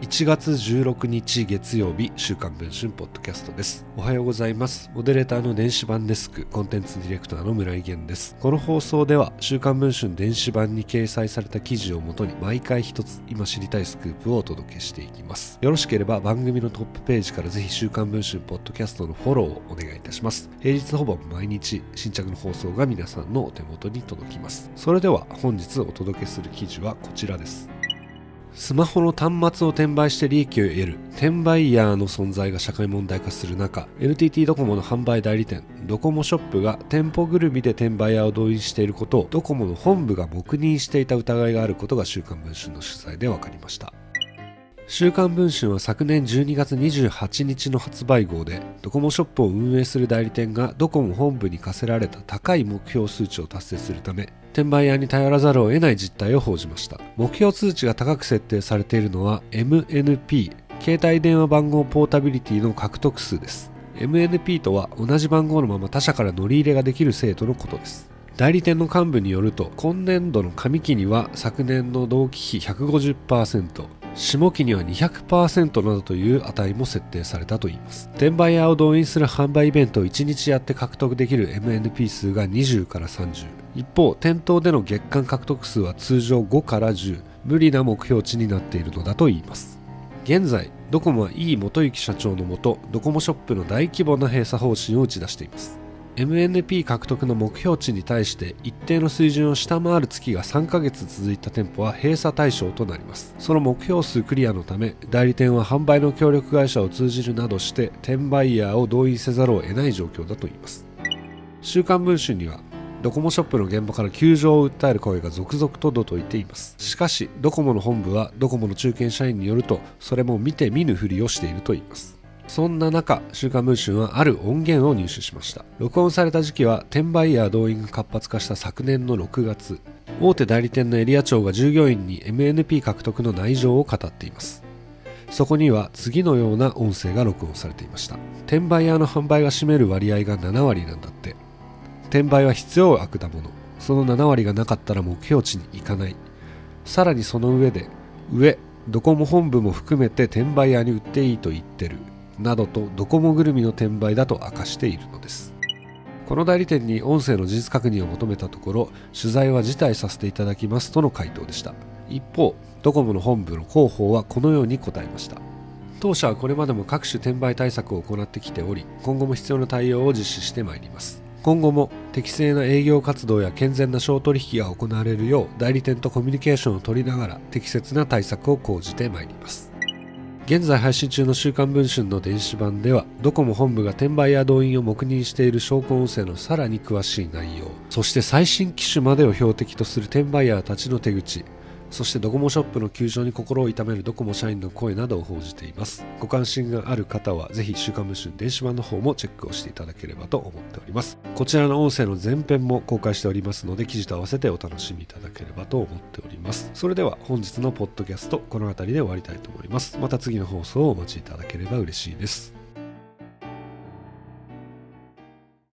1月16日月曜日、週刊文春ポッドキャストです。おはようございます。モデレーターの電子版デスクコンテンツディレクターの村井源です。この放送では週刊文春電子版に掲載された記事をもとに毎回一つ今知りたいスクープをお届けしていきます。よろしければ番組のトップページからぜひ週刊文春ポッドキャストのフォローをお願いいたします。平日ほぼ毎日新着の放送が皆さんのお手元に届きます。それでは本日お届けする記事はこちらです。スマホの端末を転売して利益を得る転売ヤーの存在が社会問題化する中、 NTT ドコモの販売代理店ドコモショップが店舗ぐるみで転売ヤーを動員していることをドコモの本部が黙認していた疑いがあることが週刊文春の取材で分かりました。週刊文春は昨年12月28日の発売号で、ドコモショップを運営する代理店がドコモ本部に課せられた高い目標数値を達成するため転売ヤーに頼らざるを得ない実態を報じました。目標数値が高く設定されているのは MNP、 携帯電話番号ポータビリティの獲得数です。 MNP とは同じ番号のまま他社から乗り入れができる制度のことです。代理店の幹部によると、今年度の上期には昨年の同期比 150%、下期には 200% などという値も設定されたといいます。転売ヤーを動員する販売イベントを1日やって獲得できる MNP 数が20から30、一方店頭での月間獲得数は通常5から10、無理な目標値になっているのだといいます。現在ドコモは井伊基之社長のもと、ドコモショップの大規模な閉鎖方針を打ち出しています。MNP 獲得の目標値に対して一定の水準を下回る月が3ヶ月続いた店舗は閉鎖対象となります。その目標数クリアのため、代理店は販売の協力会社を通じるなどして転売ヤーを動員せざるを得ない状況だといいます。週刊文春にはドコモショップの現場から窮状を訴える声が続々と届いています。しかしドコモの本部はドコモの中堅社員によると、それも見て見ぬふりをしているといいます。そんな中、週刊文春はある音源を入手しました。録音された時期は転売ヤー動員が活発化した昨年の6月、大手代理店のエリア長が従業員に MNP 獲得の内情を語っています。そこには次のような音声が録音されていました。転売ヤーの販売が占める割合が7割なんだって。転売は必要悪だもの。その7割がなかったら目標値に行かない。さらにその上で、ドコモ本部も含めて転売ヤーに売っていいと言ってる。などとドコモぐるみの転売だと明かしているのです。この代理店に音声の事実確認を求めたところ、取材は辞退させていただきますとの回答でした。一方、ドコモの本部の広報はこのように答えました。当社はこれまでも各種転売対策を行ってきており、今後も必要な対応を実施してまいります。今後も適正な営業活動や健全な商取引が行われるよう代理店とコミュニケーションを取りながら適切な対策を講じてまいります。現在配信中の週刊文春の電子版では、ドコモ本部が転売ヤー動員を黙認している証拠音声のさらに詳しい内容、そして最新機種までを標的とする転売ヤーたちの手口、そしてドコモショップの窮状に心を痛めるドコモ社員の声などを報じています。ご関心がある方はぜひ週刊文春電子版の方もチェックをしていただければと思っております。こちらの音声の前編も公開しておりますので、記事と合わせてお楽しみいただければと思っております。それでは本日のポッドキャスト、この辺りで終わりたいと思います。また次の放送をお待ちいただければ嬉しいです。